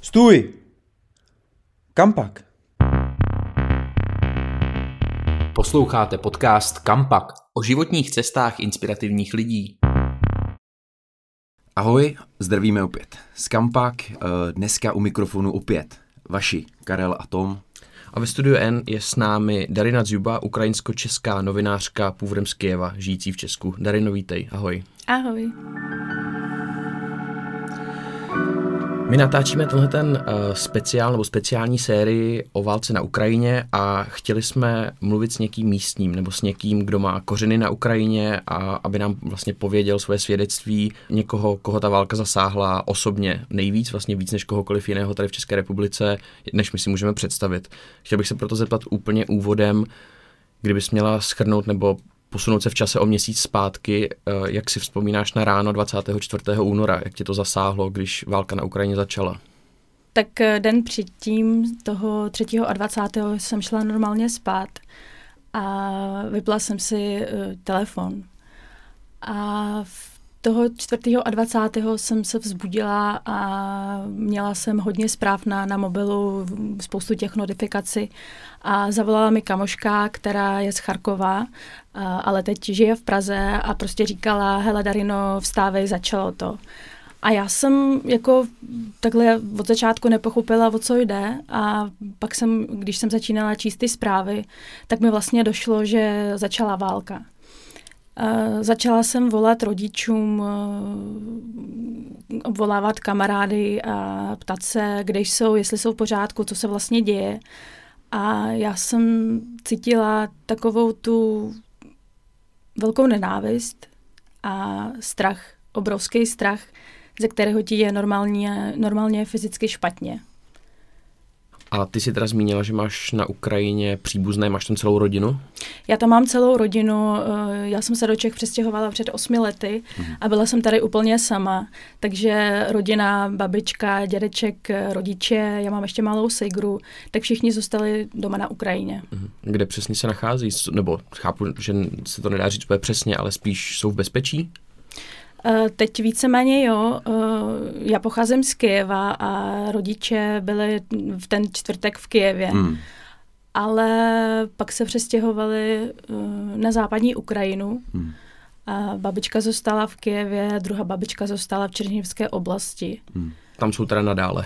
Stůj! Kampak? Posloucháte podcast Kampak o životních cestách inspirativních lidí. Ahoj, zdravíme opět z Kampak, dneska u mikrofonu opět vaši Karel a Tom. A ve studiu N je s námi Darina Dzuba, ukrajinsko-česká novinářka původem z Kyjeva, žijící v Česku. Darino, vítej, ahoj. Ahoj. My natáčíme tenhle speciální sérii o válce na Ukrajině a chtěli jsme mluvit s někým místním nebo s někým, kdo má kořeny na Ukrajině a aby nám vlastně pověděl svoje svědectví někoho, koho ta válka zasáhla osobně nejvíc, vlastně víc než kohokoliv jiného tady v České republice, než my si můžeme představit. Chtěl bych se proto zeptat úplně úvodem, kdybys měla shrnout nebo posunout se v čase o měsíc zpátky, jak si vzpomínáš na ráno 24. února, jak tě to zasáhlo, když válka na Ukrajině začala? Tak den předtím, toho 3. a 20. jsem šla normálně spát a vypla jsem si telefon. A toho 4. a 20. jsem se vzbudila a měla jsem hodně zpráv na mobilu, spoustu těch notifikací a zavolala mi kamoška, která je z Charkova, ale teď žije v Praze a prostě říkala, hele Darino, vstávej, začalo to. A já jsem jako takhle od začátku nepochopila, o co jde a pak když jsem začínala číst ty zprávy, tak mi vlastně došlo, že začala válka. Začala jsem volat rodičům, obvolávat kamarády a ptat se, kde jsou, jestli jsou v pořádku, co se vlastně děje. A já jsem cítila takovou tu velkou nenávist a strach, obrovský strach, ze kterého ti je normálně fyzicky špatně. A ty si teda zmínila, že máš na Ukrajině příbuzné, máš tam celou rodinu? Já tam mám celou rodinu, já jsem se do Čech přestěhovala před 8 lety a byla jsem tady úplně sama, takže rodina, babička, dědeček, rodiče, já mám ještě malou segru, tak všichni zůstali doma na Ukrajině. Kde přesně se nachází? Nebo chápu, že se to nedá říct úplně přesně, ale spíš jsou v bezpečí? Teď víceméně jo, já pocházím z Kyjeva a rodiče byli v ten čtvrtek v Kyjevě, ale pak se přestěhovali na západní Ukrajinu a babička zůstala v Kyjevě, druhá babička zůstala v Černihivské oblasti. Tam jsou teda nadále?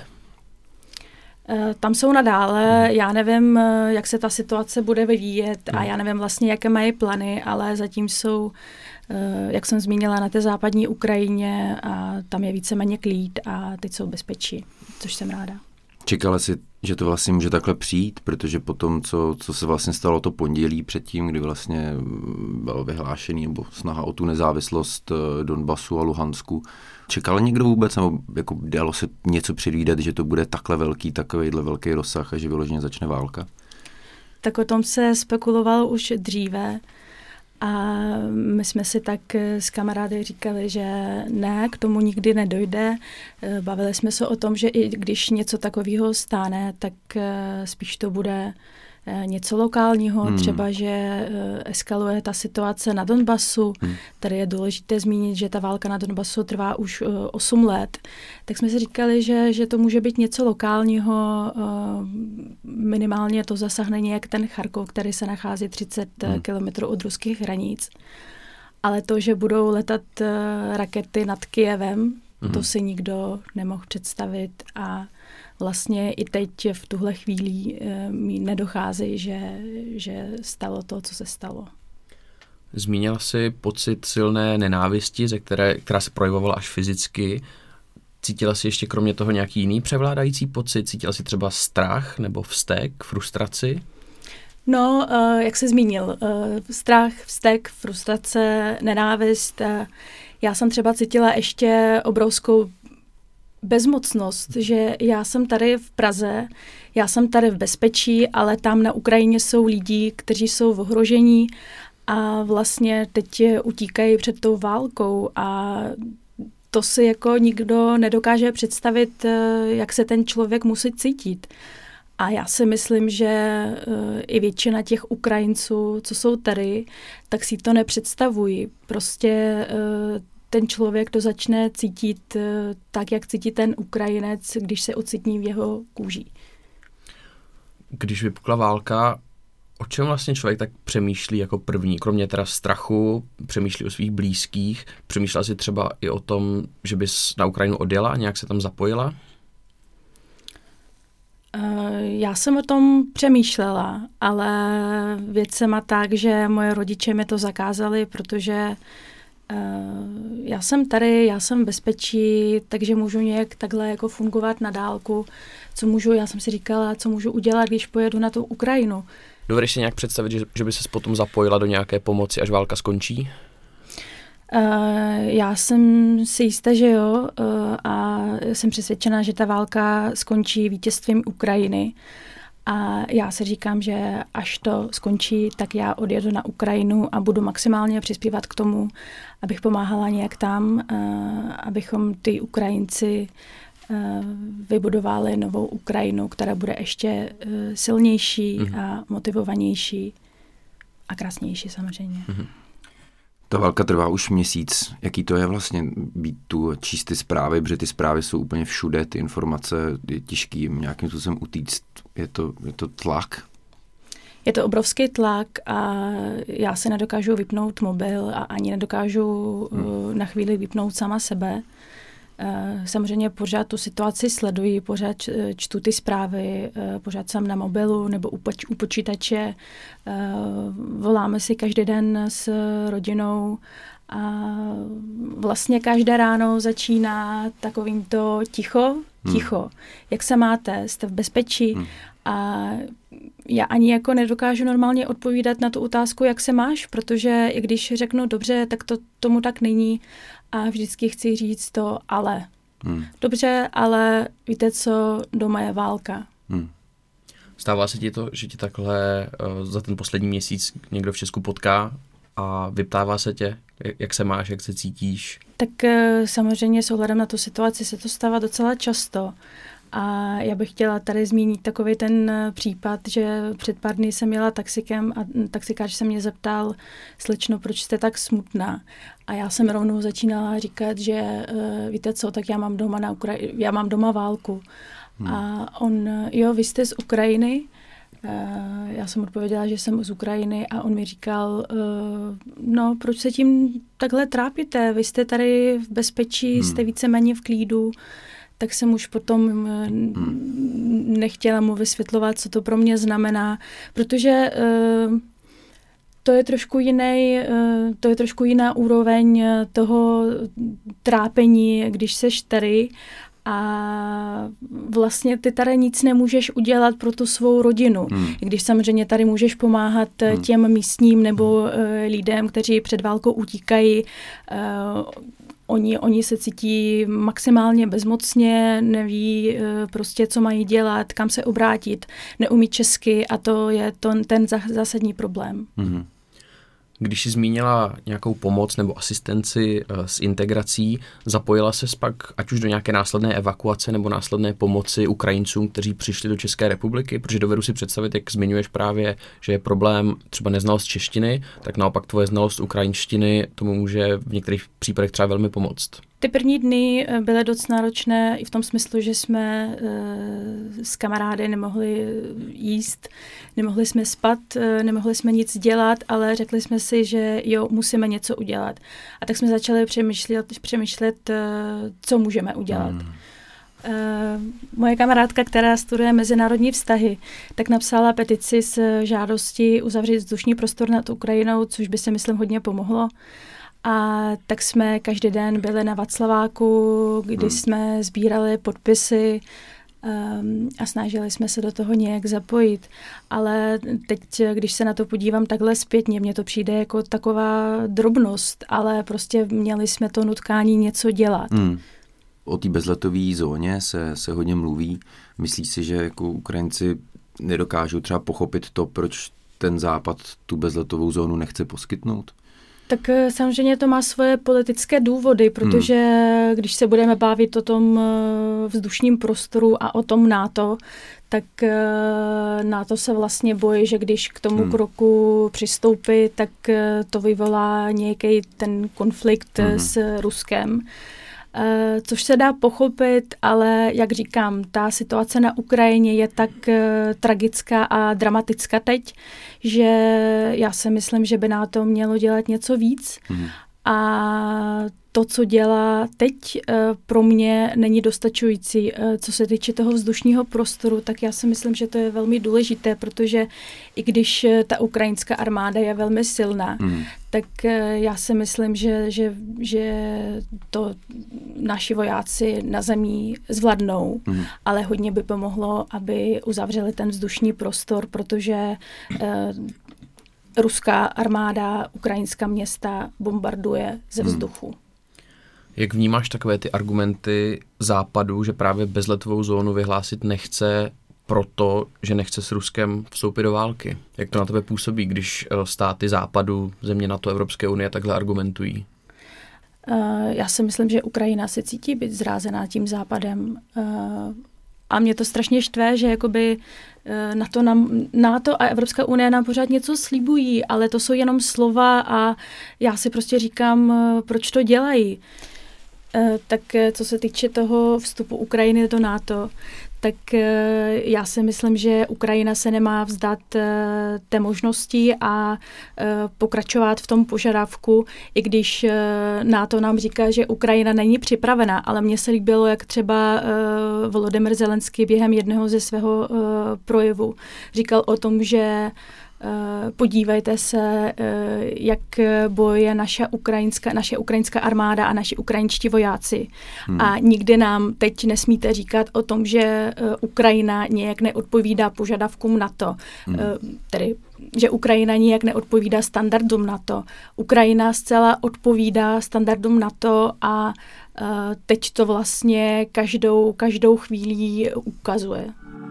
Tam jsou nadále, já nevím, jak se ta situace bude vyvíjet a já nevím vlastně, jaké mají plány, ale zatím jsou, jak jsem zmínila, na té západní Ukrajině a tam je víceméně klid a teď jsou bezpečí, což jsem ráda. Čekala jsi, že to vlastně může takhle přijít, protože po tom, co se vlastně stalo to pondělí předtím, kdy vlastně bylo vyhlášený nebo snaha o tu nezávislost Donbasu a Luhansku, čekal někdo vůbec, nebo jako dalo se něco předvídat, že to bude takovýhle velký rozsah a že vyloženě začne válka? Tak o tom se spekulovalo už dříve a my jsme si tak s kamarády říkali, že ne, k tomu nikdy nedojde. Bavili jsme se o tom, že i když něco takového stane, tak spíš to bude něco lokálního, třeba, že eskaluje ta situace na Donbasu. Tady je důležité zmínit, že ta válka na Donbasu trvá už 8 let. Tak jsme si říkali, že to může být něco lokálního, minimálně to zasahne nějak ten Charkov, který se nachází 30 kilometrů od ruských hranic. Ale to, že budou letat rakety nad Kyjevem, to si nikdo nemohl představit a vlastně i teď v tuhle chvíli mi nedochází, že stalo to, co se stalo. Zmínila jsi pocit silné nenávisti, která se projevovala až fyzicky. Cítila jsi ještě kromě toho nějaký jiný převládající pocit? Cítila jsi třeba strach nebo vztek, frustraci? No, jak jsi zmínil, strach, vztek, frustrace, nenávist. Já jsem třeba cítila ještě obrovskou bezmocnost, že já jsem tady v Praze, já jsem tady v bezpečí, ale tam na Ukrajině jsou lidi, kteří jsou v ohrožení a vlastně teď utíkají před tou válkou a to si jako nikdo nedokáže představit, jak se ten člověk musí cítit. A já si myslím, že i většina těch Ukrajinců, co jsou tady, tak si to nepředstavují. Prostě ten člověk to začne cítit tak, jak cítí ten Ukrajinec, když se ocitní v jeho kůži. Když vypukla válka, o čem vlastně člověk tak přemýšlí jako první? Kromě teda strachu, přemýšlí o svých blízkých, přemýšlela si třeba i o tom, že bys na Ukrajinu odjela a nějak se tam zapojila? Já jsem o tom přemýšlela, ale věc se má tak, že moje rodiče mi to zakázali, protože já jsem tady, já jsem v bezpečí, takže můžu nějak takhle jako fungovat na dálku. Já jsem si říkala, co můžu udělat, když pojedu na tu Ukrajinu. Dovedeš si nějak představit, že by ses potom zapojila do nějaké pomoci, až válka skončí? Já jsem si jistá, že jo, a jsem přesvědčená, že ta válka skončí vítězstvím Ukrajiny. A já si říkám, že až to skončí, tak já odjedu na Ukrajinu a budu maximálně přispívat k tomu, abych pomáhala nějak tam, abychom ty Ukrajinci vybudovali novou Ukrajinu, která bude ještě silnější a motivovanější a krásnější samozřejmě. Ta válka trvá už měsíc. Jaký to je vlastně být tu, číst ty zprávy, protože ty zprávy jsou úplně všude, ty informace je těžký jim nějakým způsobem utíct. Je to tlak? Je to obrovský tlak a já si nedokážu vypnout mobil a ani nedokážu na chvíli vypnout sama sebe. Samozřejmě pořád tu situaci sleduji, pořád čtu ty zprávy, pořád jsem na mobilu nebo u počítače. Voláme si každý den s rodinou a vlastně každé ráno začíná takovýmto ticho. Jak se máte? Jste v bezpečí? A já ani jako nedokážu normálně odpovídat na tu otázku, jak se máš, protože i když řeknu dobře, tak tomu tak není a vždycky chci říct to ale. Dobře, ale víte co, doma je válka. Stává se ti to, že ti takhle za ten poslední měsíc někdo v Česku potká a vyptává se tě, jak se máš, jak se cítíš? Tak samozřejmě s ohledem na tu situaci se to stává docela často. A já bych chtěla tady zmínit takový ten případ, že před pár dny jsem jela taxikem a taxikář se mě zeptal, slečno, proč jste tak smutná? A já jsem rovnou začínala říkat, že víte co, tak já mám doma válku. A on, jo, vy jste z Ukrajiny? Já jsem odpověděla, že jsem z Ukrajiny a on mi říkal, no, proč se tím takhle trápíte? Vy jste tady v bezpečí, jste víceméně v klidu. Tak jsem už potom nechtěla mu vysvětlovat, co to pro mě znamená, protože to je trošku jiná úroveň toho trápení, když seš tady a vlastně ty tady nic nemůžeš udělat pro tu svou rodinu. Když samozřejmě tady můžeš pomáhat těm místním nebo lidem, kteří před válkou utíkají, Oni se cítí maximálně bezmocně, neví prostě, co mají dělat, kam se obrátit, neumí česky a to je ten zásadní problém. Když jsi zmínila nějakou pomoc nebo asistenci s integrací, zapojila ses pak ať už do nějaké následné evakuace nebo následné pomoci Ukrajincům, kteří přišli do České republiky, protože dovedu si představit, jak zmiňuješ právě, že je problém třeba neznalost češtiny, tak naopak tvoje znalost ukrajinštiny tomu může v některých případech třeba velmi pomoct. Ty první dny byly dost náročné i v tom smyslu, že jsme s kamarády nemohli jíst, nemohli jsme spat, nemohli jsme nic dělat, ale řekli jsme si, že jo, musíme něco udělat. A tak jsme začali přemýšlet, co můžeme udělat. Moje kamarádka, která studuje mezinárodní vztahy, tak napsala petici s žádostí uzavřít vzdušný prostor nad Ukrajinou, což by se, myslím, hodně pomohlo. A tak jsme každý den byli na Václaváku, kdy jsme sbírali podpisy a snažili jsme se do toho nějak zapojit. Ale teď, když se na to podívám takhle zpětně, mně to přijde jako taková drobnost, ale prostě měli jsme to nutkání něco dělat. O té bezletové zóně se hodně mluví. Myslíš si, že jako Ukrajinci nedokážou třeba pochopit to, proč ten Západ tu bezletovou zónu nechce poskytnout? Tak samozřejmě to má svoje politické důvody, protože když se budeme bavit o tom vzdušním prostoru a o tom NATO, tak NATO se vlastně bojí, že když k tomu kroku přistoupí, tak to vyvolá nějaký ten konflikt s Ruskem. Což se dá pochopit, ale jak říkám, ta situace na Ukrajině je tak tragická a dramatická teď, že já si myslím, že by NATO mělo dělat něco víc. A to, co dělá teď, pro mě není dostačující. Co se týče toho vzdušního prostoru, tak já si myslím, že to je velmi důležité, protože i když ta ukrajinská armáda je velmi silná, tak já si myslím, že to naši vojáci na zemi zvládnou, ale hodně by pomohlo, aby uzavřeli ten vzdušný prostor, protože ruská armáda ukrajinská města bombarduje ze vzduchu. Jak vnímáš takové ty argumenty Západu, že právě bezletovou zónu vyhlásit nechce proto, že nechce s Ruskem vstoupit do války? Jak to na tebe působí, když státy Západu, země NATO, Evropské unie takhle argumentují? Já si myslím, že Ukrajina se cítí být zrázená tím Západem. A mě to strašně štve, že jakoby NATO a Evropská unie nám pořád něco slibují, ale to jsou jenom slova a já si prostě říkám, proč to dělají. Tak co se týče toho vstupu Ukrajiny do NATO, tak já si myslím, že Ukrajina se nemá vzdát té možnosti a pokračovat v tom požadavku, i když NATO nám říká, že Ukrajina není připravená, ale mně se líbilo, jak třeba Volodymyr Zelenský během jednoho ze svého projevu říkal o tom, že podívejte se, jak bojuje naše ukrajinská armáda a naši ukrajinští vojáci. A nikdy nám teď nesmíte říkat o tom, že Ukrajina nějak neodpovídá požadavkům NATO. Tedy, že Ukrajina nějak neodpovídá standardům NATO. Ukrajina zcela odpovídá standardům NATO a teď to vlastně každou chvíli ukazuje.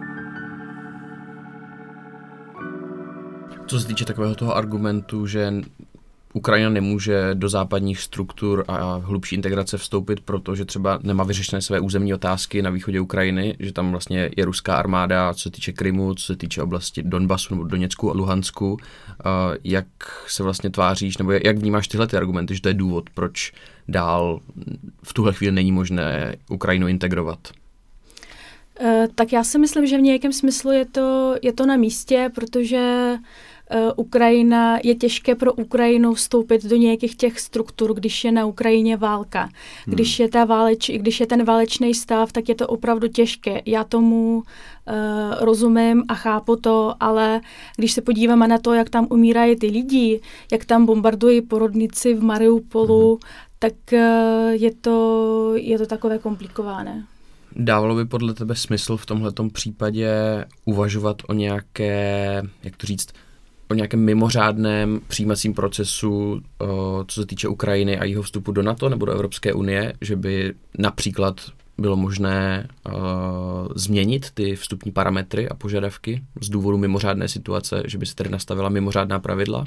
Co se týče takového toho argumentu, že Ukrajina nemůže do západních struktur a hlubší integrace vstoupit, protože třeba nemá vyřešené své územní otázky na východě Ukrajiny, že tam vlastně je ruská armáda, co se týče Krymu, co se týče oblasti Donbasu nebo Doněcku a Luhansku. Jak se vlastně tváříš, nebo jak vnímáš tyhle ty argumenty, že to je důvod, proč dál v tuhle chvíli není možné Ukrajinu integrovat? Tak já si myslím, že v nějakém smyslu je to na místě, protože Ukrajina, je těžké pro Ukrajinu vstoupit do nějakých těch struktur, když je na Ukrajině válka. Když je ten válečný stav, tak je to opravdu těžké. Já tomu rozumím a chápu to, ale když se podíváme na to, jak tam umírají ty lidi, jak tam bombardují porodnici v Mariupolu, tak je to takové komplikované. Dávalo by podle tebe smysl v tomhletom případě uvažovat o nějaké, jak to říct, o nějakém mimořádném přijímacím procesu, co se týče Ukrajiny a jeho vstupu do NATO nebo do Evropské unie, že by například bylo možné změnit ty vstupní parametry a požadavky z důvodu mimořádné situace, že by se tedy nastavila mimořádná pravidla?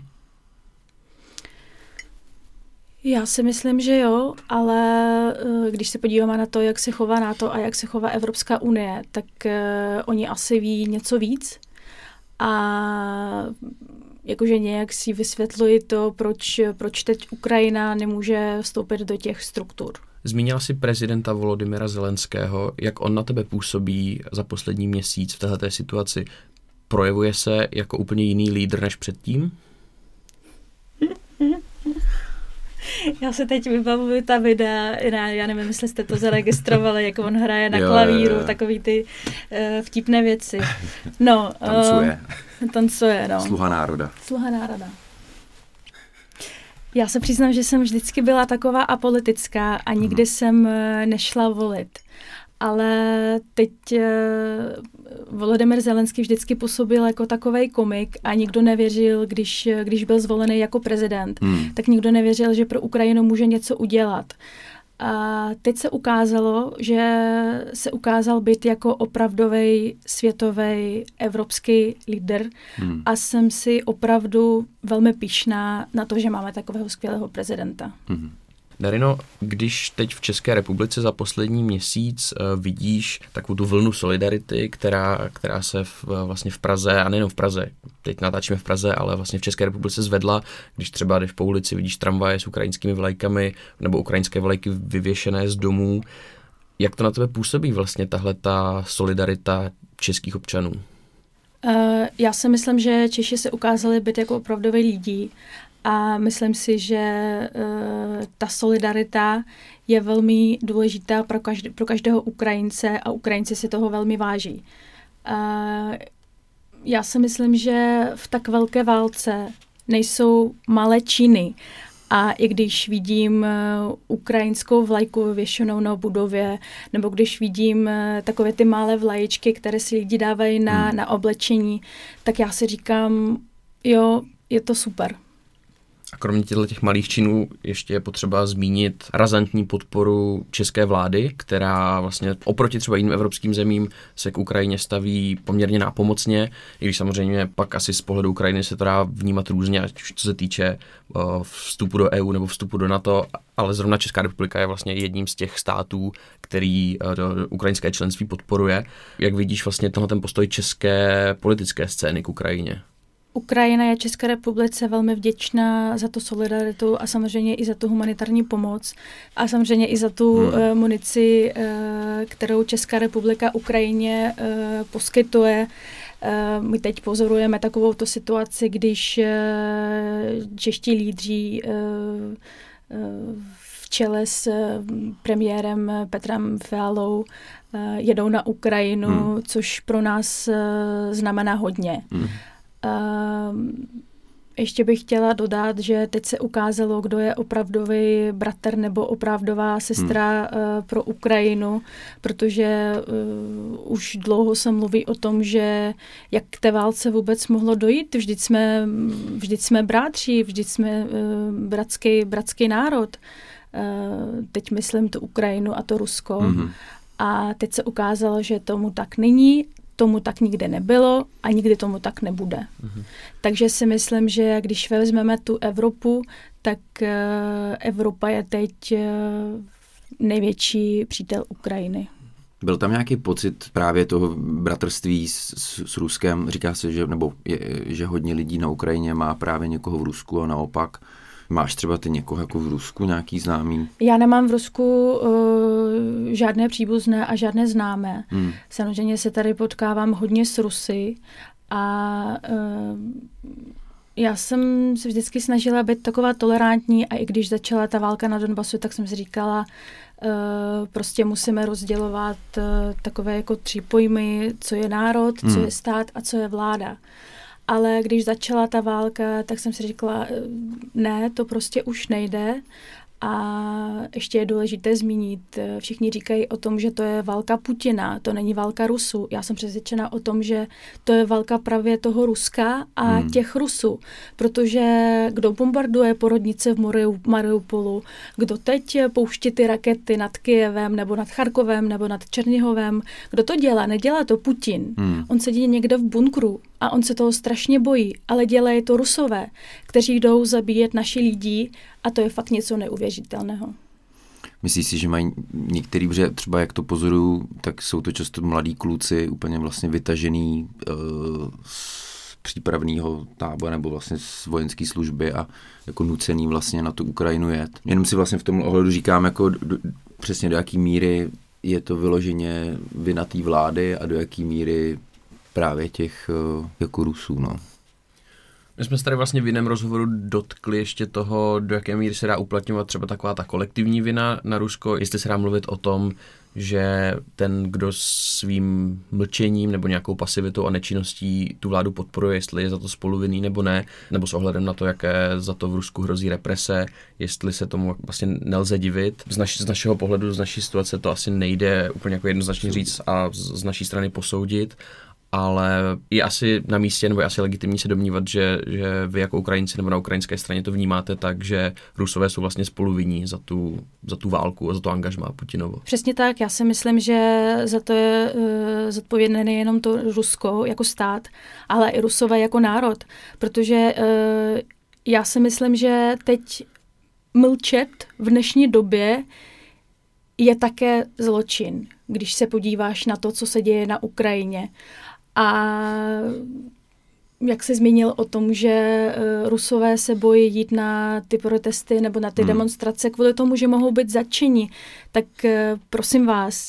Já si myslím, že jo, ale když se podíváme na to, jak se chová NATO a jak se chová Evropská unie, tak oni asi ví něco víc a jakože nějak si vysvětlují to, proč teď Ukrajina nemůže vstoupit do těch struktur. Zmínila jsi prezidenta Volodymyra Zelenského, jak on na tebe působí za poslední měsíc v této situaci. Projevuje se jako úplně jiný lídr než předtím? Já se teď vybavuju ta videa, já nevím, jestli jste to zaregistrovali, jak on hraje na klavíru, takový ty vtipné věci. No, tancuje, no. Sluha národa. Já se přiznám, že jsem vždycky byla taková apolitická a nikdy jsem nešla volit. Ale teď Volodymyr Zelenský vždycky působil jako takovej komik a nikdo nevěřil, když byl zvolený jako prezident, tak nikdo nevěřil, že pro Ukrajinu může něco udělat. A teď se ukázalo, že se ukázal být jako opravdový světový evropský lídr a jsem si opravdu velmi pyšná na to, že máme takového skvělého prezidenta. Darino, když teď v České republice za poslední měsíc vidíš takovou tu vlnu solidarity, která se vlastně v Praze, a nejenom v Praze, teď natáčíme v Praze, ale vlastně v České republice zvedla, když třeba jdeš po ulici, vidíš tramvaje s ukrajinskými vlajkami nebo ukrajinské vlajky vyvěšené z domů. Jak to na tebe působí vlastně tahleta solidarita českých občanů? Já si myslím, že Češi se ukázali být jako opravdové lidi a myslím si, že ta solidarita je velmi důležitá pro každého Ukrajince a Ukrajinci si toho velmi váží. Já si myslím, že v tak velké válce nejsou malé činy. A i když vidím ukrajinskou vlajku vyvěšenou na budově, nebo když vidím takové ty malé vlaječky, které si lidi dávají na oblečení, tak já si říkám, jo, je to super. A kromě těch malých činů ještě je potřeba zmínit razantní podporu české vlády, která vlastně oproti třeba jiným evropským zemím se k Ukrajině staví poměrně nápomocně, i když samozřejmě pak asi z pohledu Ukrajiny se to dá vnímat různě, ať už co se týče vstupu do EU nebo vstupu do NATO, ale zrovna Česká republika je vlastně jedním z těch států, který ukrajinské členství podporuje. Jak vidíš vlastně ten postoj české politické scény k Ukrajině? Ukrajina je České republice velmi vděčná za tu solidaritu a samozřejmě i za tu humanitární pomoc a samozřejmě i za tu munici, kterou Česká republika Ukrajině poskytuje. My teď pozorujeme takovou tu situaci, když čeští lídři v čele s premiérem Petrem Fialou jedou na Ukrajinu, což pro nás znamená hodně. Ještě bych chtěla dodat, že teď se ukázalo, kdo je opravdový bratr nebo opravdová sestra pro Ukrajinu, protože už dlouho se mluví o tom, že jak k té válce vůbec mohlo dojít. Vždyť jsme bratři, vždyť jsme bratský národ. Teď myslím tu Ukrajinu a to Rusko. A teď se ukázalo, že tomu tak není. Tomu tak nikdy nebylo a nikdy tomu tak nebude. Takže si myslím, že když vezmeme tu Evropu, tak Evropa je teď největší přítel Ukrajiny. Byl tam nějaký pocit právě toho bratrství s Ruskem? Říká se, že hodně lidí na Ukrajině má právě někoho v Rusku a naopak. Máš třeba ty někoho jako v Rusku, nějaký známý? Já nemám v Rusku žádné příbuzné a žádné známé. Samozřejmě se tady potkávám hodně s Rusy a já jsem se vždycky snažila být taková tolerantní a i když začala ta válka na Donbasu, tak jsem si říkala, prostě musíme rozdělovat takové jako 3 pojmy, co je národ, co je stát a co je vláda. Ale když začala ta válka, tak jsem si říkala, ne, to prostě už nejde. A ještě je důležité zmínit, všichni říkají o tom, že to je válka Putina, to není válka Rusů. Já jsem přesvědčena o tom, že to je válka právě toho Ruska a těch Rusů. Protože kdo bombarduje porodnice v Mariupolu, kdo teď pouští ty rakety nad Kyjevem, nebo nad Charkovem, nebo nad Černihovem, kdo to dělá? Nedělá to Putin. On sedí někde v bunkru a on se toho strašně bojí, ale dělají to Rusové, kteří jdou zabíjet naši lidi a to je fakt něco neuvěřitelného. Myslíš si, že mají některý, protože třeba jak to pozoruju, tak jsou to často mladí kluci, úplně vlastně vytažený z přípravného tábora nebo vlastně z vojenské služby a jako nucený vlastně na tu Ukrajinu jet. Jenom si vlastně v tom ohledu říkám, jako přesně do jaký míry je to vyloženě vina té vlády a do jaký míry právě těch jako Rusů, no. My jsme se tady vlastně v jiném rozhovoru dotkli ještě toho, do jaké míry se dá uplatňovat třeba taková ta kolektivní vina na Rusko, jestli se dá mluvit o tom, že ten, kdo svým mlčením nebo nějakou pasivitou a nečinností tu vládu podporuje, jestli je za to spoluvinný nebo ne, nebo s ohledem na to, jaké za to v Rusku hrozí represe, jestli se tomu vlastně nelze divit. Z našeho pohledu, z naší situace to asi nejde úplně jako jednoznačně říct a z naší strany posoudit, ale je asi na místě nebo je asi legitimní se domnívat, že vy jako Ukrajinci nebo na ukrajinské straně to vnímáte tak, že Rusové jsou vlastně spoluvinní za tu válku a za to angažmá Putinovo. Přesně tak, já si myslím, že za to je zodpovědné nejenom to Rusko jako stát, ale i Rusové jako národ, protože já si myslím, že teď mlčet v dnešní době je také zločin, když se podíváš na to, co se děje na Ukrajině. A jak se zmínil o tom, že Rusové se bojí jít na ty protesty nebo na ty demonstrace kvůli tomu, že mohou být zatčeni, tak prosím vás,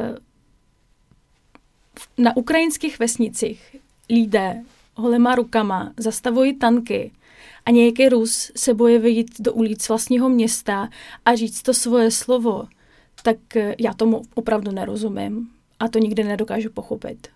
na ukrajinských vesnicích lidé holema rukama zastavují tanky a nějaký Rus se bojí vyjít do ulic vlastního města a říct to svoje slovo, tak já tomu opravdu nerozumím a to nikdy nedokážu pochopit.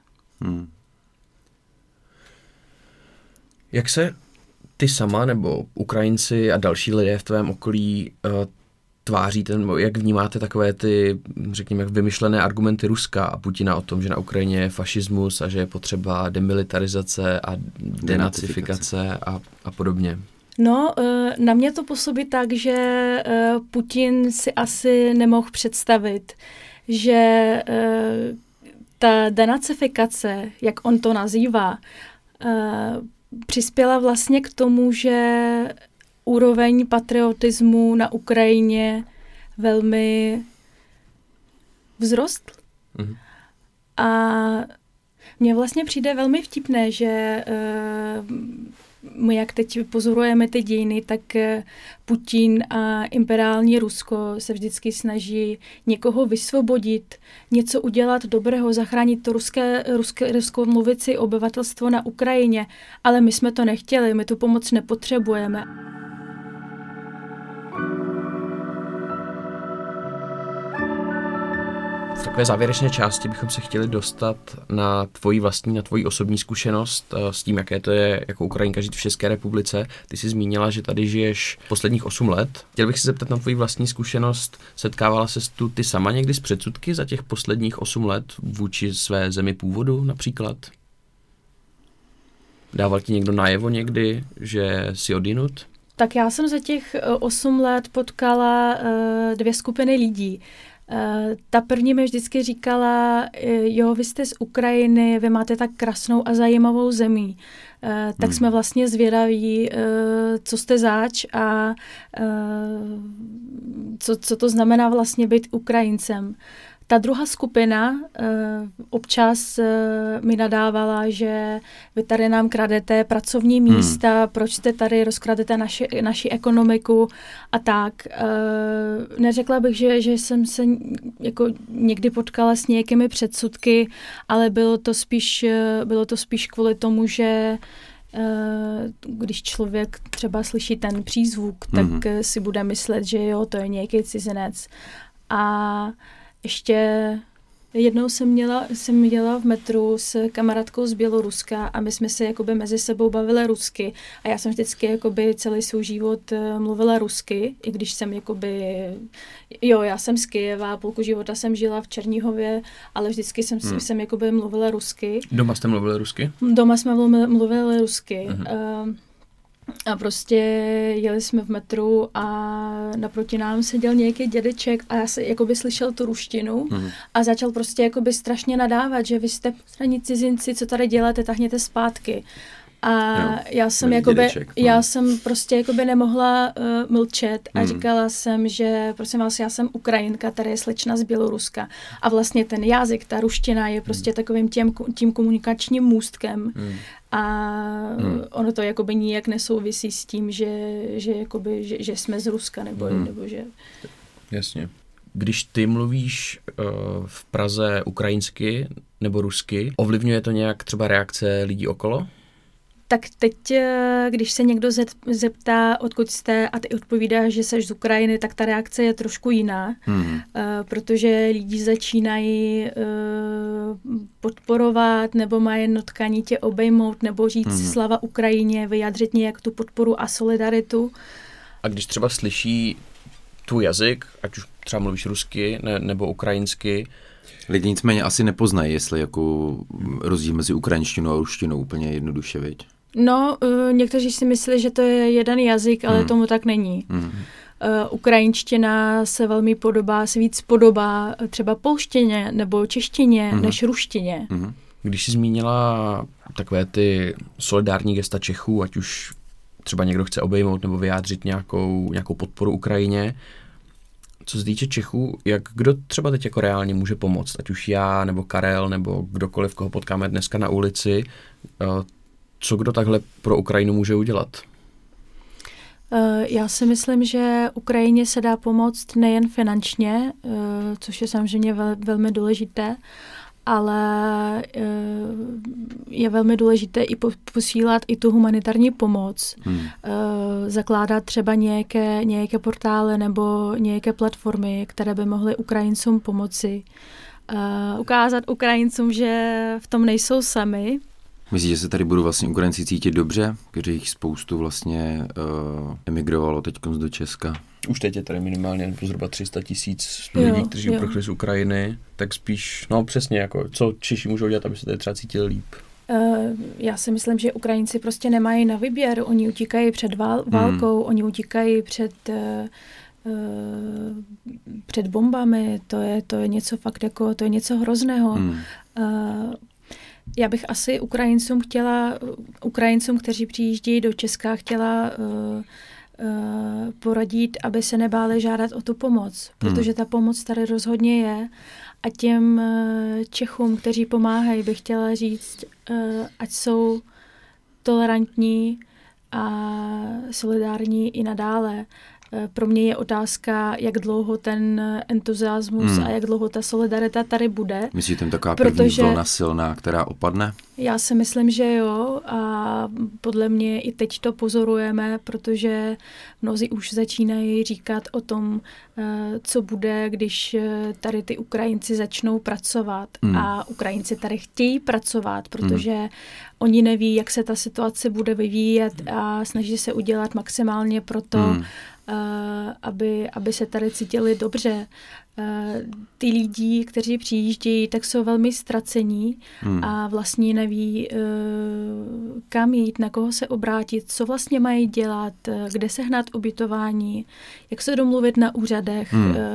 Jak se ty sama nebo Ukrajinci a další lidé v tvém okolí tváříte, nebo jak vnímáte takové ty, řekněme, vymyšlené argumenty Ruska a Putina o tom, že na Ukrajině je fašismus a že je potřeba demilitarizace a denacifikace a podobně? No, na mě to působí tak, že Putin si asi nemohl představit, že ta denacifikace, jak on to nazývá, přispěla vlastně k tomu, že úroveň patriotismu na Ukrajině velmi vzrostl. A mně vlastně přijde velmi vtipné, že my, jak teď pozorujeme ty dějiny, tak Putin a imperiální Rusko se vždycky snaží někoho vysvobodit, něco udělat dobrého, zachránit to ruskomluvící obyvatelstvo na Ukrajině, ale my jsme to nechtěli, my tu pomoc nepotřebujeme. V takové závěrečné části bychom se chtěli dostat na tvoji osobní zkušenost s tím, jaké to je jako Ukrajinka žít v České republice. Ty jsi zmínila, že tady žiješ posledních 8 let. Chtěl bych se zeptat na tvoji vlastní zkušenost. Setkávala ses tu ty sama někdy s předsudky za těch posledních 8 let vůči své zemi původu například? Dával ti někdo najevo někdy, že jsi odjinud? Tak já jsem za těch 8 let potkala 2 skupiny lidí. Ta první mi vždycky říkala, jo, vy jste z Ukrajiny, vy máte tak krásnou a zajímavou zemí, tak jsme vlastně zvědaví, co jste zač a co to znamená vlastně být Ukrajincem. Ta druhá skupina občas mi nadávala, že vy tady nám kradete pracovní místa, proč jste tady, rozkradete naši ekonomiku a tak. Neřekla bych, že jsem se jako někdy potkala s nějakými předsudky, ale bylo to spíš kvůli tomu, že když člověk třeba slyší ten přízvuk, tak si bude myslet, že jo, to je nějaký cizinec. A ještě jednou jsem jela v metru s kamarádkou z Běloruska a my jsme se jakoby mezi sebou bavili rusky a já jsem vždycky jakoby celý svůj život mluvila rusky, i když jsem jakoby, já jsem z Kyjeva, půlku života jsem žila v Černíhově, ale vždycky jsem jakoby mluvila rusky. Doma jste mluvili rusky? Doma jsme mluvili rusky. A prostě jeli jsme v metru a naproti nám seděl nějaký dědeček a já se jakoby slyšel tu ruštinu a začal prostě jakoby strašně nadávat, že vy jste poslední cizinci, co tady děláte, tahněte zpátky. A já jsem prostě jakoby nemohla mlčet a říkala jsem, že prosím vás, já jsem Ukrajinka, tady je slečna z Běloruska. A vlastně ten jazyk, ta ruština je prostě takovým tím komunikačním můstkem. A ono to jakoby nijak nesouvisí s tím, že jsme z Ruska nebo že... Jasně. Když ty mluvíš v Praze ukrajinsky nebo rusky, ovlivňuje to nějak třeba reakce lidí okolo? Tak teď, když se někdo zeptá, odkud jste a ty odpovídáš, že jsi z Ukrajiny, tak ta reakce je trošku jiná, protože lidi začínají podporovat nebo mají notkaní tě obejmout nebo říct slava Ukrajině, vyjádřit nějak tu podporu a solidaritu. A když třeba slyší tvůj jazyk, ať už třeba mluvíš rusky nebo ukrajinsky, lidi nicméně asi nepoznají, jestli jako rozdíl mezi ukrajinštinou a ruštinou úplně jednoduše, viď? No, někteří si myslí, že to je jeden jazyk, ale tomu tak není. Ukrajinština se velmi víc podobá třeba polštině nebo češtině než ruštině. Když jsi zmínila takové ty solidární gesta Čechů, ať už třeba někdo chce obejmout nebo vyjádřit nějakou podporu Ukrajině. Co se týče Čechů, kdo třeba teď jako reálně může pomoct? Ať už já, nebo Karel, nebo kdokoliv, koho potkáme dneska na ulici. Co kdo takhle pro Ukrajinu může udělat? Já si myslím, že Ukrajině se dá pomoct nejen finančně, což je samozřejmě velmi důležité, ale je velmi důležité i posílat i tu humanitární pomoc. Zakládat třeba nějaké portály nebo nějaké platformy, které by mohly Ukrajincům pomoci. Ukázat Ukrajincům, že v tom nejsou sami. Myslíš, že se tady budou vlastně Ukrajinci cítit dobře, protože jich spoustu vlastně emigrovalo teď do Česka? Už teď je tady minimálně zhruba 300 000 lidí, kteří uprchli z Ukrajiny, tak spíš, no přesně, jako, co Češi můžou dělat, aby se tady třeba cítili líp? Já si myslím, že Ukrajinci prostě nemají na výběr, oni utíkají před válkou, oni utíkají před bombami, to je něco fakt jako, to je něco hrozného. Já bych asi Ukrajincům, kteří přijíždějí do Česka, chtěla poradit, aby se nebáli žádat o tu pomoc, protože ta pomoc tady rozhodně je. A těm Čechům, kteří pomáhají, bych chtěla říct, ať jsou tolerantní a solidární i nadále. Pro mě je otázka, jak dlouho ten entuziasmus a jak dlouho ta solidarita tady bude. Myslíš, že tam taková první vlna silná, která opadne? Já si myslím, že jo, a podle mě i teď to pozorujeme, protože mnozí už začínají říkat o tom, co bude, když tady ty Ukrajinci začnou pracovat. A Ukrajinci tady chtějí pracovat, protože oni neví, jak se ta situace bude vyvíjet a snaží se udělat maximálně pro to, aby se tady cítili dobře. Ty lidi, kteří přijíždějí, tak jsou velmi ztracení a vlastně neví, kam jít, na koho se obrátit, co vlastně mají dělat, kde sehnat ubytování, jak se domluvit na úřadech,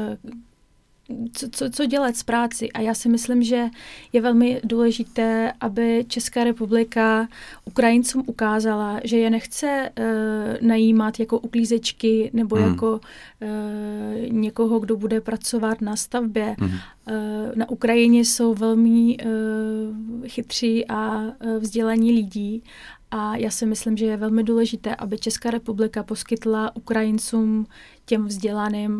co dělat s práci. A já si myslím, že je velmi důležité, aby Česká republika Ukrajincům ukázala, že je nechce najímat jako uklízečky nebo jako někoho, kdo bude pracovat na stavbě. Na Ukrajině jsou velmi chytří a vzdělaní lidí. A já si myslím, že je velmi důležité, aby Česká republika poskytla Ukrajincům, těm vzdělaným,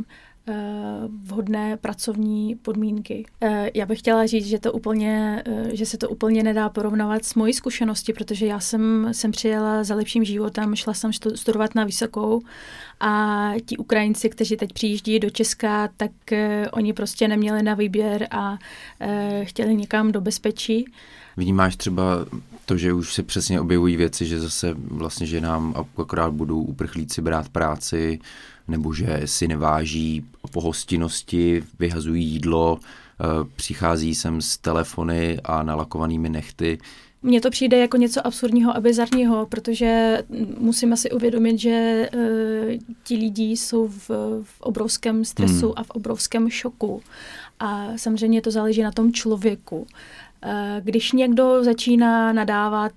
vhodné pracovní podmínky. Já bych chtěla říct, že se to úplně nedá porovnávat s mojí zkušeností, protože já jsem přijela za lepším životem, šla jsem studovat na vysokou a ti Ukrajinci, kteří teď přijíždí do Česka, tak oni prostě neměli na výběr a chtěli někam do bezpečí. Vnímáš třeba to, že už se přesně objevují věci, že zase vlastně, že nám akorát budou uprchlíci brát práci, nebo že si neváží pohostinnosti, vyhazují jídlo, přichází sem s telefony a nalakovanými nechty. Mně to přijde jako něco absurdního a bizarního, protože musíme si uvědomit, že ti lidi jsou v obrovském stresu a v obrovském šoku. A samozřejmě to záleží na tom člověku. Když někdo začíná nadávat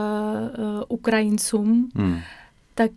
Ukrajincům, tak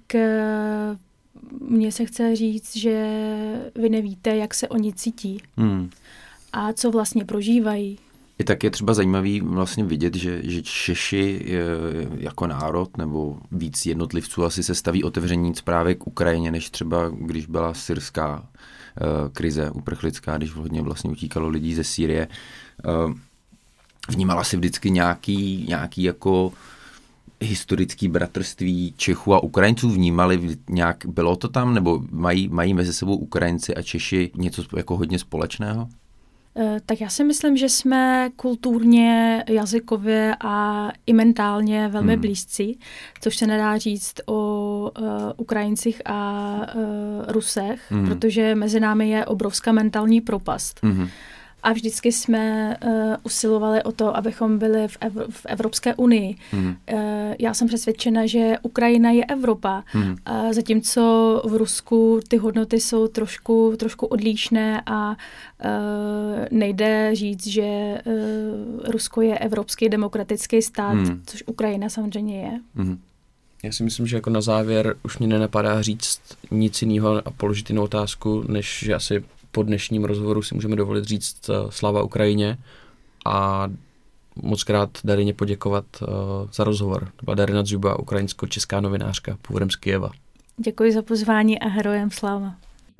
mně se chce říct, že vy nevíte, jak se oni cítí a co vlastně prožívají. I tak je třeba zajímavý vlastně vidět, že Češi jako národ nebo víc jednotlivců asi se staví otevřeníc právě k Ukrajině, než třeba když byla syrská krize uprchlická, když hodně vlastně utíkalo lidí ze Sýrie. Vnímala si vždycky nějaký jako historický bratrství Čechů a Ukrajinců, vnímali nějak, bylo to tam, nebo mají mezi sebou Ukrajinci a Češi něco jako hodně společného? Tak já si myslím, že jsme kulturně, jazykově a i mentálně velmi blízcí, což se nedá říct o Ukrajincích a Rusech, protože mezi námi je obrovská mentální propast. A vždycky jsme usilovali o to, abychom byli v Evropské unii. Já jsem přesvědčena, že Ukrajina je Evropa, zatímco v Rusku ty hodnoty jsou trošku odlišné a nejde říct, že Rusko je evropský demokratický stát, což Ukrajina samozřejmě je. Já si myslím, že jako na závěr už mě nenapadá říct nic jiného a položit jinou otázku, než že asi po dnešním rozhovoru si můžeme dovolit říct sláva Ukrajině a moc krát Darině poděkovat za rozhovor. To byla Darina Dzuba, ukrajinsko-česká novinářka, původem z Kyjeva. Děkuji za pozvání a herojem sláva.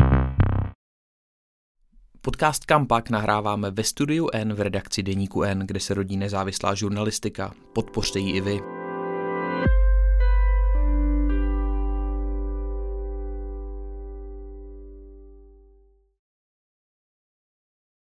Podcast Kampak nahráváme ve Studiu N v redakci Deníku N, kde se rodí nezávislá žurnalistika. Podpořte ji i vy.